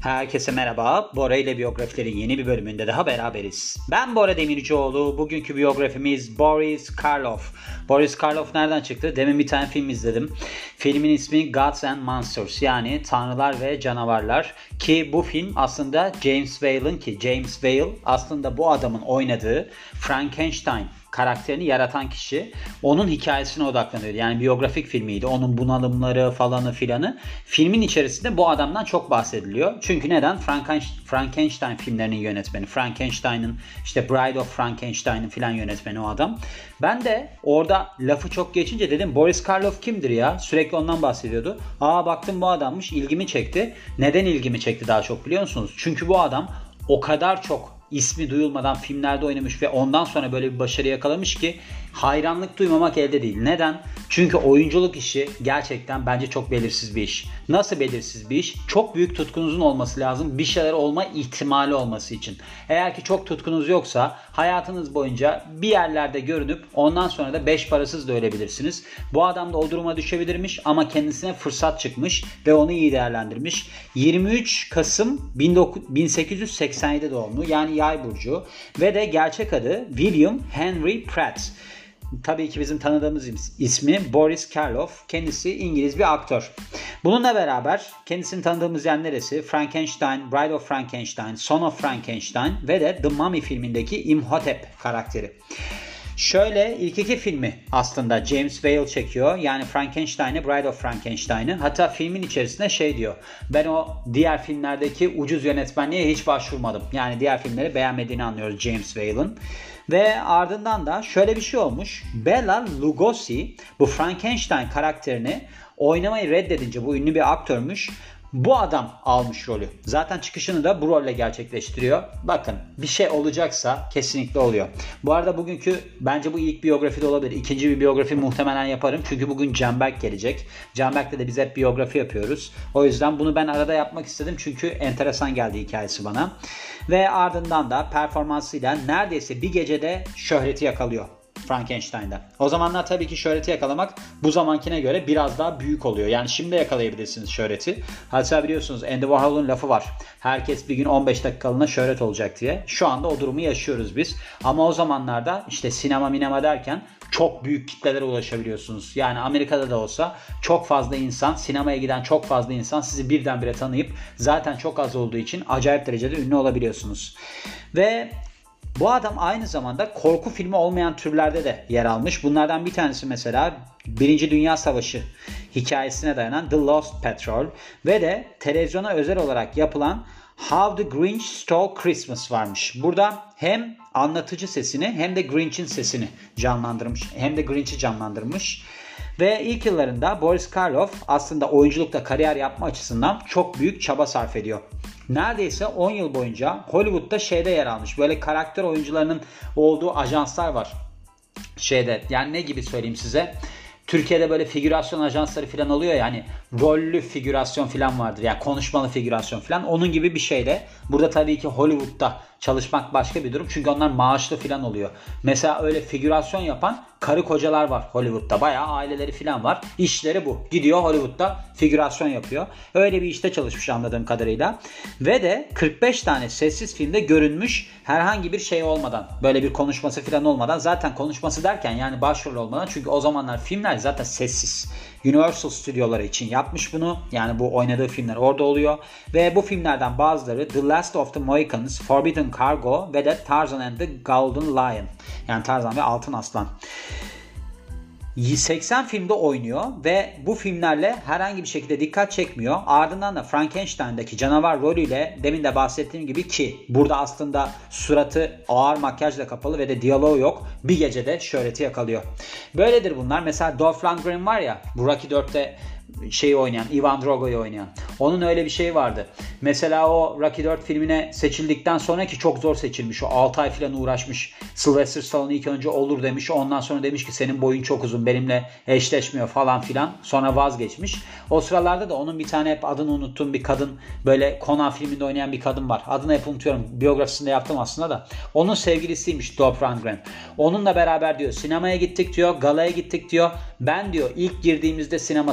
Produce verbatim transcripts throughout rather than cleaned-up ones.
Herkese merhaba. Bora ile biyografilerin yeni bir bölümünde daha beraberiz. Ben Bora Demircioğlu. Bugünkü biyografimiz Boris Karloff. Boris Karloff nereden çıktı? Demin bir tane film izledim. Filmin ismi Gods and Monsters, yani Tanrılar ve Canavarlar. Ki bu film aslında James Whale'ın ki James Whale aslında bu adamın oynadığı Frankenstein karakterini yaratan kişi. Onun hikayesine odaklanıyordu. Yani biyografik filmiydi. Onun bunalımları falanı filanı. Filmin içerisinde bu adamdan çok bahsediliyor. Çünkü neden? Frankenstein filmlerinin yönetmeni. Frankenstein'ın işte Bride of Frankenstein'ın filan yönetmeni o adam. Ben de orada lafı çok geçince dedim Boris Karloff kimdir ya? Sürekli ondan bahsediyordu. Aa baktım bu adammış. İlgimi çekti. Neden ilgimi çekti daha çok biliyor musunuz? Çünkü bu adam o kadar çok ismi duyulmadan filmlerde oynamış ve ondan sonra böyle bir başarı yakalamış ki hayranlık duymamak elde değil. Neden? Çünkü oyunculuk işi gerçekten bence çok belirsiz bir iş. Nasıl belirsiz bir iş? Çok büyük tutkunuzun olması lazım. Bir şeyler olma ihtimali olması için. Eğer ki çok tutkunuz yoksa hayatınız boyunca bir yerlerde görünüp ondan sonra da beş parasız da ölebilirsiniz. Bu adam da o duruma düşebilirmiş ama kendisine fırsat çıkmış ve onu iyi değerlendirmiş. yirmi üç Kasım bin sekiz yüz seksen yedi doğumlu, yani Yay burcu ve de gerçek adı William Henry Pratt. Tabii ki bizim tanıdığımız ismi Boris Karloff. Kendisi İngiliz bir aktör. Bununla beraber kendisini tanıdığımız yer neresi? Frankenstein, Bride of Frankenstein, Son of Frankenstein ve de The Mummy filmindeki Imhotep karakteri. Şöyle ilk iki filmi aslında James Whale çekiyor. Yani Frankenstein'ı, Bride of Frankenstein'ı. Hatta filmin içerisinde şey diyor. Ben o diğer filmlerdeki ucuz yönetmenliğe hiç başvurmadım. Yani diğer filmleri beğenmediğini anlıyoruz James Whale'ın. Ve ardından da şöyle bir şey olmuş. Bela Lugosi bu Frankenstein karakterini oynamayı reddedince, bu ünlü bir aktörmüş, bu adam almış rolü. Zaten çıkışını da bu rolle gerçekleştiriyor. Bakın, bir şey olacaksa kesinlikle oluyor. Bu arada bugünkü bence bu ilk biyografi de olabilir. İkinci bir biyografi muhtemelen yaparım. Çünkü bugün Canberk gelecek. Canberk'te de biz hep biyografi yapıyoruz. O yüzden bunu ben arada yapmak istedim. Çünkü enteresan geldi hikayesi bana. Ve ardından da performansıyla neredeyse bir gecede şöhreti yakalıyor Frankenstein'da. O zamanlar tabii ki şöhreti yakalamak bu zamankine göre biraz daha büyük oluyor. Yani şimdi yakalayabilirsiniz şöhreti. Hatta biliyorsunuz Andy Warhol'un lafı var. Herkes bir gün on beş dakikalığına şöhret olacak diye. Şu anda o durumu yaşıyoruz biz. Ama o zamanlarda işte sinema minema derken çok büyük kitlelere ulaşabiliyorsunuz. Yani Amerika'da da olsa çok fazla insan, sinemaya giden çok fazla insan sizi birdenbire tanıyıp zaten çok az olduğu için acayip derecede ünlü olabiliyorsunuz. Ve bu adam aynı zamanda korku filmi olmayan türlerde de yer almış. Bunlardan bir tanesi mesela Birinci Dünya Savaşı hikayesine dayanan The Lost Patrol ve de televizyona özel olarak yapılan How the Grinch Stole Christmas varmış. Burada hem anlatıcı sesini hem de Grinch'in sesini canlandırmış. Hem de Grinch'i canlandırmış. Ve ilk yıllarında Boris Karloff aslında oyunculukta kariyer yapma açısından çok büyük çaba sarf ediyor. Neredeyse on yıl boyunca Hollywood'da şeyde yer almış. Böyle karakter oyuncularının olduğu ajanslar var. Şeyde, yani ne gibi söyleyeyim size? Türkiye'de böyle figürasyon ajansları falan oluyor ya, hani rollü figürasyon falan vardır. Yani konuşmalı figürasyon falan. Onun gibi bir şeyde. Burada tabii ki Hollywood'da çalışmak başka bir durum. Çünkü onlar maaşlı falan oluyor. Mesela öyle figürasyon yapan karı kocalar var Hollywood'da. Bayağı aileleri falan var. İşleri bu. Gidiyor Hollywood'da figürasyon yapıyor. Öyle bir işte çalışmış anladığım kadarıyla. Ve de kırk beş tane sessiz filmde görünmüş, herhangi bir şey olmadan. Böyle bir konuşması falan olmadan. Zaten konuşması derken yani başrol olmadan. Çünkü o zamanlar filmler zaten sessiz. Universal stüdyoları için yapmış bunu. Yani bu oynadığı filmler orada oluyor. Ve bu filmlerden bazıları The Last of the Mohicans, Forbidden Cargo ve de Tarzan and the Golden Lion. Yani Tarzan ve Altın Aslan. seksen filmde oynuyor ve bu filmlerle herhangi bir şekilde dikkat çekmiyor. Ardından da Frankenstein'daki canavar rolüyle demin de bahsettiğim gibi, ki burada aslında suratı ağır makyajla kapalı ve de diyaloğu yok, bir gecede şöhreti yakalıyor. Böyledir bunlar. Mesela Dolph Lundgren var ya, bu Rocky dörtte şeyi oynayan, Ivan Drago'yu oynayan. Onun öyle bir şeyi vardı. Mesela o Rocky dört filmine seçildikten sonra, ki çok zor seçilmiş. O altı ay falan uğraşmış. Sylvester Stallone ilk önce olur demiş. Ondan sonra demiş ki senin boyun çok uzun, benimle eşleşmiyor falan filan. Sonra vazgeçmiş. O sıralarda da onun bir tane hep adını unuttuğum bir kadın, böyle Conan filminde oynayan bir kadın var. Adını hep unutuyorum. Biyografisinde yaptım aslında da. Onun sevgilisiymiş Dolph Lundgren. Onunla beraber diyor sinemaya gittik diyor. Galaya gittik diyor. Ben diyor ilk girdiğimizde sinema salonuna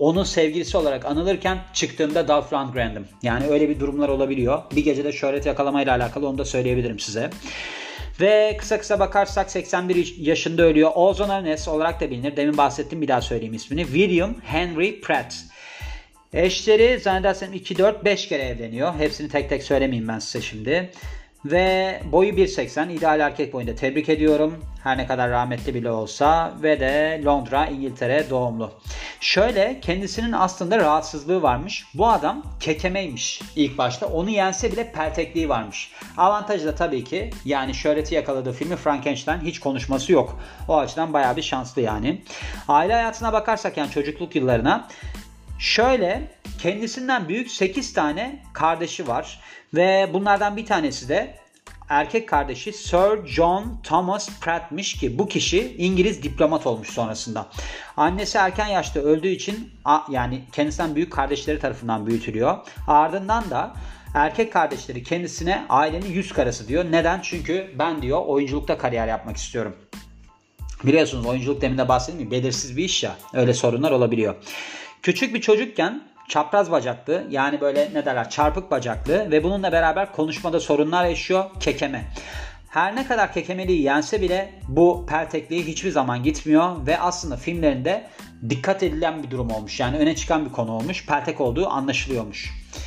onun sevgilisi olarak anılırken çıktığımda Dolph Lundgren'dim. Yani öyle bir durumlar olabiliyor. Bir gecede şöhret yakalamayla alakalı onu da söyleyebilirim size. Ve kısa kısa bakarsak seksen bir yaşında ölüyor. Ozan Arnes olarak da bilinir. Demin bahsettim, bir daha söyleyeyim ismini. William Henry Pratt. Eşleri zannedersem iki, dört, beş kere evleniyor. Hepsini tek tek söylemeyeyim ben size şimdi. Ve boyu bir seksen, ideal erkek boyunda, tebrik ediyorum. Her ne kadar rahmetli bile olsa. Ve de Londra, İngiltere doğumlu. Şöyle, kendisinin aslında rahatsızlığı varmış. Bu adam kekemeymiş ilk başta. Onu yense bile peltekliği varmış. Avantajı da tabii ki, yani şöhreti yakaladığı filmi Frankenstein, hiç konuşması yok. O açıdan bayağı bir şanslı yani. Aile hayatına bakarsak, yani çocukluk yıllarına, şöyle, kendisinden büyük sekiz tane kardeşi var ve bunlardan bir tanesi de erkek kardeşi Sir John Thomas Pratt'miş ki bu kişi İngiliz diplomat olmuş sonrasında. Annesi erken yaşta öldüğü için, yani kendisinden büyük kardeşleri tarafından büyütülüyor. Ardından da erkek kardeşleri kendisine ailenin yüz karası diyor. Neden? Çünkü ben diyor oyunculukta kariyer yapmak istiyorum. Biliyorsunuz oyunculuk, demin de bahsettim mi, belirsiz bir iş ya, öyle sorunlar olabiliyor. Küçük bir çocukken çapraz bacaklı, yani böyle ne derler, çarpık bacaklı ve bununla beraber konuşmada sorunlar yaşıyor, kekeme. Her ne kadar kekemeliği yense bile bu peltekliği hiçbir zaman gitmiyor ve aslında filmlerinde dikkat edilen bir durum olmuş. Yani öne çıkan bir konu olmuş, peltek olduğu anlaşılıyormuş.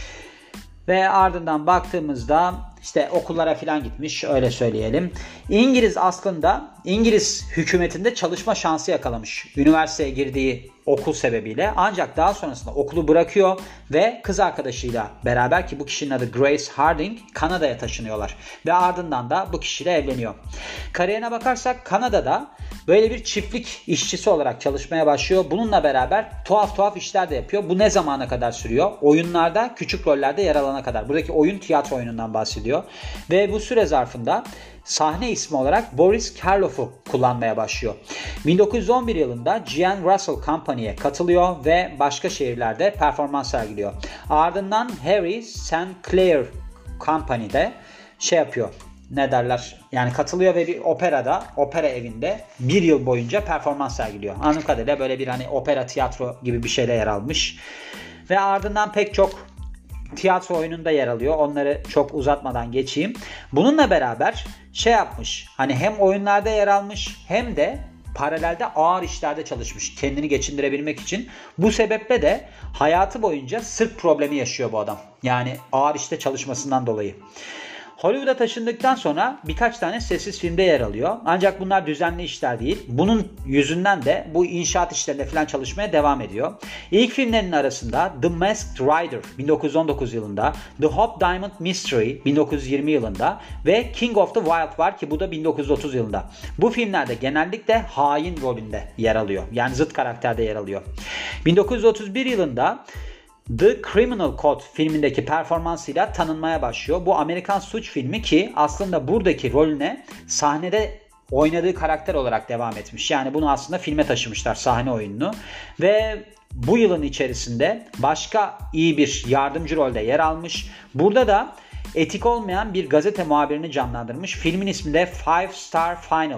Ve ardından baktığımızda işte okullara falan gitmiş, öyle söyleyelim. İngiliz aslında İngiliz hükümetinde çalışma şansı yakalamış üniversiteye girdiği okul sebebiyle. Ancak daha sonrasında okulu bırakıyor ve kız arkadaşıyla beraber, ki bu kişinin adı Grace Harding, Kanada'ya taşınıyorlar. Ve ardından da bu kişiyle evleniyor. Kariyerine bakarsak Kanada'da böyle bir çiftlik işçisi olarak çalışmaya başlıyor. Bununla beraber tuhaf tuhaf işler de yapıyor. Bu ne zamana kadar sürüyor? Oyunlarda, küçük rollerde yer alana kadar. Buradaki oyun tiyatro oyunundan bahsediyor. Ve bu süre zarfında sahne ismi olarak Boris Karloff'u kullanmaya başlıyor. bin dokuz yüz on bir yılında G N Russell Company'ye katılıyor ve başka şehirlerde performans sergiliyor. Ardından Harry Saint Clair Company'de şey yapıyor. Ne derler? Yani katılıyor ve bir operada, opera evinde bir yıl boyunca performans sergiliyor. Anladığım kadarıyla böyle bir hani opera, tiyatro gibi bir şeyle yer almış. Ve ardından pek çok tiyatro oyununda yer alıyor. Onları çok uzatmadan geçeyim. Bununla beraber şey yapmış. Hani hem oyunlarda yer almış hem de paralelde ağır işlerde çalışmış. Kendini geçindirebilmek için. Bu sebeple de hayatı boyunca sırt problemi yaşıyor bu adam. Yani ağır işte çalışmasından dolayı. Hollywood'a taşındıktan sonra birkaç tane sessiz filmde yer alıyor. Ancak bunlar düzenli işler değil. Bunun yüzünden de bu inşaat işlerinde falan çalışmaya devam ediyor. İlk filmlerinin arasında The Masked Rider bin dokuz yüz on dokuz yılında, The Hope Diamond Mystery bin dokuz yüz yirmi yılında ve King of the Wild var ki bu da bin dokuz yüz otuz yılında. Bu filmlerde genellikle hain rolünde yer alıyor. Yani zıt karakterde yer alıyor. bin dokuz yüz otuz bir yılında The Criminal Code filmindeki performansıyla tanınmaya başlıyor. Bu Amerikan suç filmi ki aslında buradaki rolüne sahnede oynadığı karakter olarak devam etmiş. Yani bunu aslında filme taşımışlar, sahne oyununu. Ve bu yılın içerisinde başka iyi bir yardımcı rolde yer almış. Burada da etik olmayan bir gazete muhabirini canlandırmış. Filmin ismi de Five Star Final.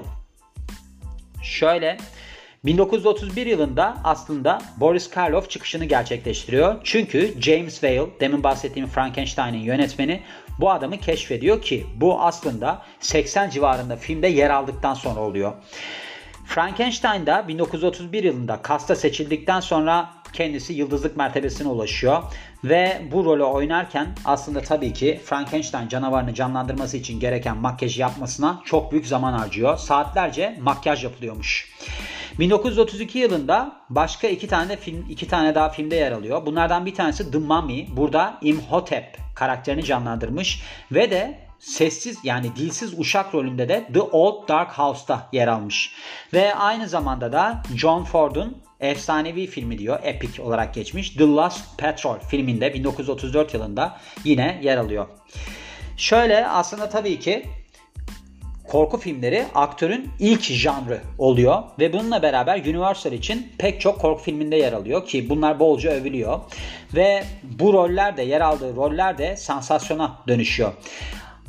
Şöyle, bin dokuz yüz otuz bir yılında aslında Boris Karloff çıkışını gerçekleştiriyor. Çünkü James Whale, demin bahsettiğim Frankenstein'in yönetmeni, bu adamı keşfediyor ki bu aslında seksen civarında filmde yer aldıktan sonra oluyor. Frankenstein'da bin dokuz yüz otuz bir yılında kasta seçildikten sonra kendisi yıldızlık mertebesine ulaşıyor. Ve bu rolü oynarken aslında tabii ki Frankenstein canavarını canlandırması için gereken makyaj yapmasına çok büyük zaman harcıyor. Saatlerce makyaj yapılıyormuş. bin dokuz yüz otuz iki yılında başka iki tane film, iki tane daha filmde yer alıyor. Bunlardan bir tanesi The Mummy. Burada Imhotep karakterini canlandırmış ve de sessiz, yani dilsiz uşak rolünde de The Old Dark House'ta yer almış. Ve aynı zamanda da John Ford'un efsanevi filmi diyor, epic olarak geçmiş, The Lost Patrol filminde bin dokuz yüz otuz dört yılında yine yer alıyor. Şöyle, aslında tabii ki korku filmleri aktörün ilk janrı oluyor ve bununla beraber Universal için pek çok korku filminde yer alıyor ki bunlar bolca övülüyor ve bu roller de, yer aldığı roller de sansasyona dönüşüyor.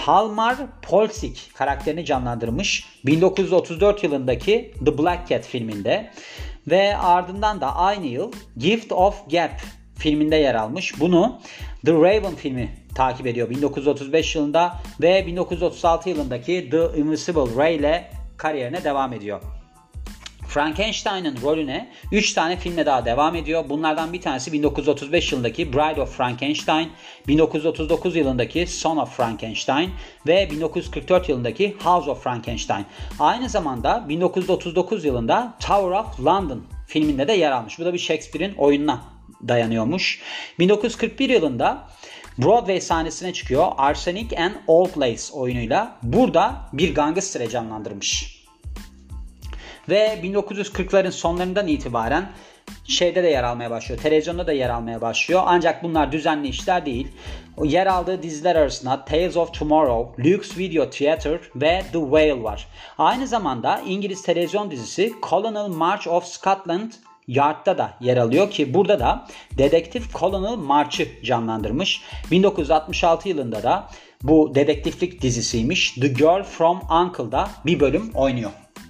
Halmar Polsik karakterini canlandırmış bin dokuz yüz otuz dört yılındaki The Black Cat filminde ve ardından da aynı yıl Gift of Gab filminde yer almış. Bunu The Raven filmi takip ediyor bin dokuz yüz otuz beş yılında ve bin dokuz yüz otuz altı yılındaki The Invisible Ray ile kariyerine devam ediyor. Frankenstein'ın rolüne üç tane filmle daha devam ediyor. Bunlardan bir tanesi bin dokuz yüz otuz beş yılındaki Bride of Frankenstein, bin dokuz yüz otuz dokuz yılındaki Son of Frankenstein ve bin dokuz yüz kırk dört yılındaki House of Frankenstein. Aynı zamanda bin dokuz yüz otuz dokuz yılında Tower of London filminde de yer almış. Bu da bir Shakespeare'in oyununa dayanıyormuş. bin dokuz yüz kırk bir yılında Broadway sahnesine çıkıyor Arsenic and Old Lace oyunuyla. Burada bir gangster'e canlandırmış. Ve bin dokuz yüz kırkların sonlarından itibaren şeyde de yer almaya başlıyor. Televizyonda da yer almaya başlıyor. Ancak bunlar düzenli işler değil. O yer aldığı diziler arasında Tales of Tomorrow, Luke's Video Theatre ve The Whale var. Aynı zamanda İngiliz televizyon dizisi Colonel March of Scotland Yard'da da yer alıyor ki burada da dedektif Colonel March'ı canlandırmış. bin dokuz yüz altmış altı yılında da bu dedektiflik dizisiymiş. The Girl from Uncle'da bir bölüm oynuyor.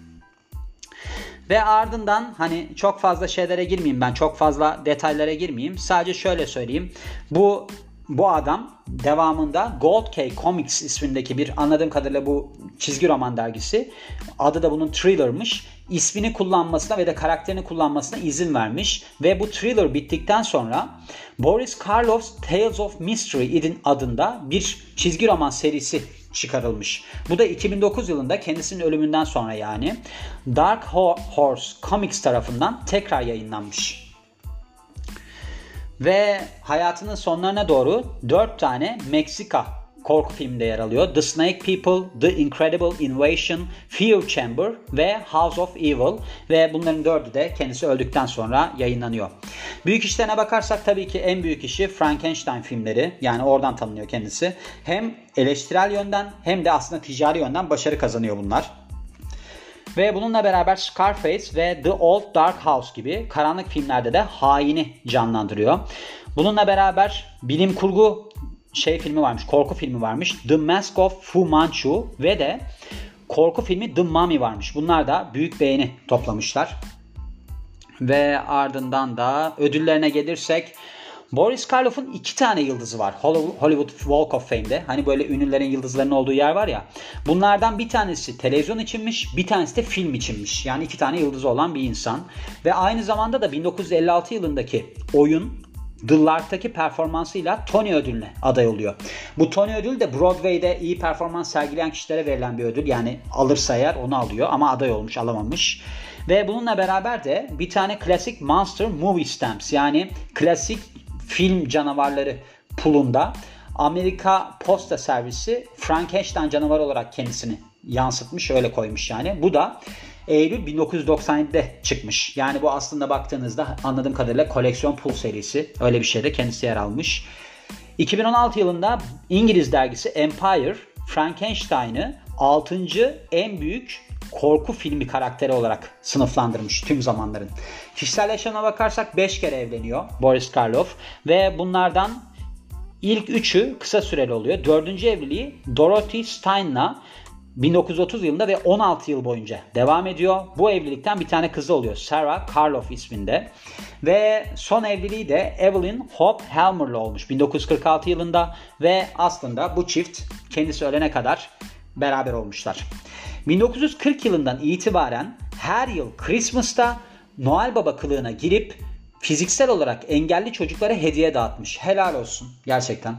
Ve ardından hani çok fazla şeylere girmeyeyim ben, çok fazla detaylara girmeyeyim. Sadece şöyle söyleyeyim. Bu bu adam devamında Gold Key Comics ismindeki bir, anladığım kadarıyla bu çizgi roman dergisi, adı da bunun Thriller'mış, ismini kullanmasına ve de karakterini kullanmasına izin vermiş. Ve bu Thriller bittikten sonra Boris Karloff's Tales of Mystery adında bir çizgi roman serisi çıkarılmış. Bu da iki bin dokuz yılında kendisinin ölümünden sonra yani Dark Horse Comics tarafından tekrar yayınlanmış. Ve hayatının sonlarına doğru dört tane Meksika korku filminde yer alıyor. The Snake People, The Incredible Invasion, Fear Chamber ve House of Evil. Ve bunların dördü de kendisi öldükten sonra yayınlanıyor. Büyük işlerine bakarsak tabii ki en büyük işi Frankenstein filmleri. Yani oradan tanınıyor kendisi. Hem eleştirel yönden hem de aslında ticari yönden başarı kazanıyor bunlar. Ve bununla beraber Scarface ve The Old Dark House gibi karanlık filmlerde de haini canlandırıyor. Bununla beraber bilim kurgu şey filmi varmış, korku filmi varmış. The Mask of Fu Manchu ve de korku filmi The Mummy varmış. Bunlar da büyük beğeni toplamışlar. Ve ardından da ödüllerine gelirsek Boris Karloff'un iki tane yıldızı var Hollywood Walk of Fame'de. Hani böyle ünlülerin yıldızlarının olduğu yer var ya. Bunlardan bir tanesi televizyon içinmiş, bir tanesi de film içinmiş. Yani iki tane yıldızı olan bir insan. Ve aynı zamanda da bin dokuz yüz elli altı yılındaki oyun The Lark'taki performansıyla Tony ödülüne aday oluyor. Bu Tony ödülü de Broadway'de iyi performans sergileyen kişilere verilen bir ödül. Yani alırsa eğer onu alıyor ama aday olmuş, alamamış. Ve bununla beraber de bir tane klasik Monster Movie Stamps, yani klasik film canavarları pulunda Amerika Posta Servisi Frankenstein canavarı olarak kendisini yansıtmış, öyle koymuş yani. Bu da Eylül bin dokuz yüz doksan yedide çıkmış. Yani bu aslında baktığınızda anladığım kadarıyla koleksiyon pul serisi. Öyle bir şeyde kendisi yer almış. iki bin on altı yılında İngiliz dergisi Empire Frankenstein'ı altıncı en büyük korku filmi karakteri olarak sınıflandırmış tüm zamanların. Kişisel yaşamına bakarsak beş kere evleniyor Boris Karloff ve bunlardan ilk üçü kısa süreli oluyor. dördüncü evliliği Dorothy Stein'la bin dokuz yüz otuz yılında ve on altı yıl boyunca devam ediyor. Bu evlilikten bir tane kızı oluyor, Sarah Karloff isminde. Ve son evliliği de Evelyn Hope Helmer'la olmuş bin dokuz yüz kırk altı yılında ve aslında bu çift kendisi ölene kadar beraber olmuşlar. bin dokuz yüz kırk yılından itibaren her yıl Christmas'ta Noel Baba kılığına girip fiziksel olarak engelli çocuklara hediye dağıtmış. Helal olsun gerçekten.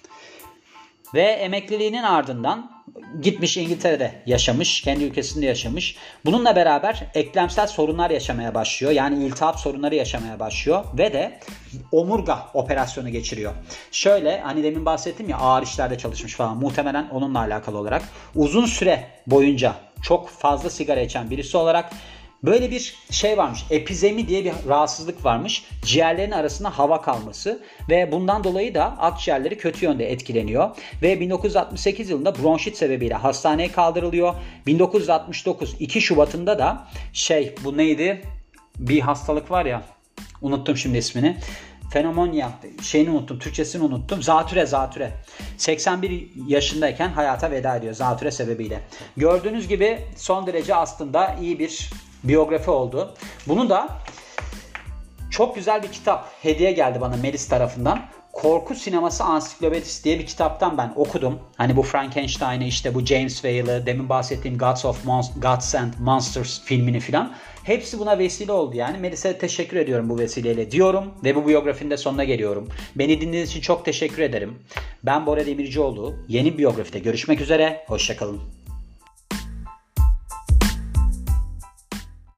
Ve emekliliğinin ardından gitmiş İngiltere'de yaşamış, kendi ülkesinde yaşamış. Bununla beraber eklemsel sorunlar yaşamaya başlıyor. Yani iltihap sorunları yaşamaya başlıyor ve de omurga operasyonu geçiriyor. Şöyle, hani demin bahsettim ya, ağır işlerde çalışmış falan, muhtemelen onunla alakalı olarak uzun süre boyunca çok fazla sigara içen birisi olarak böyle bir şey varmış. Epizemi diye bir rahatsızlık varmış. Ciğerlerin arasında hava kalması ve bundan dolayı da akciğerleri kötü yönde etkileniyor. Ve bin dokuz yüz altmış sekiz yılında bronşit sebebiyle hastaneye kaldırılıyor. bin dokuz yüz altmış dokuz iki Şubat'ında da şey, bu neydi? Bir hastalık var ya, unuttum şimdi ismini. Fenomonya şeyini unuttum. Türkçesini unuttum. Zatüre zatüre. seksen bir yaşındayken hayata veda ediyor zatüre sebebiyle. Gördüğünüz gibi son derece aslında iyi bir biyografi oldu. Bunu da çok güzel bir kitap hediye geldi bana Melis tarafından. Korku Sineması Ansiklopedisi diye bir kitaptan ben okudum. Hani bu Frankenstein'ı, işte bu James Whale'ı, demin bahsettiğim Gods of Mon- Gods and Monsters filmini filan. Hepsi buna vesile oldu yani. Melis'e teşekkür ediyorum bu vesileyle diyorum ve bu biyografinin de sonuna geliyorum. Beni dinlediğiniz için çok teşekkür ederim. Ben Bora Demircioğlu. Yeni biyografide görüşmek üzere. Hoşçakalın.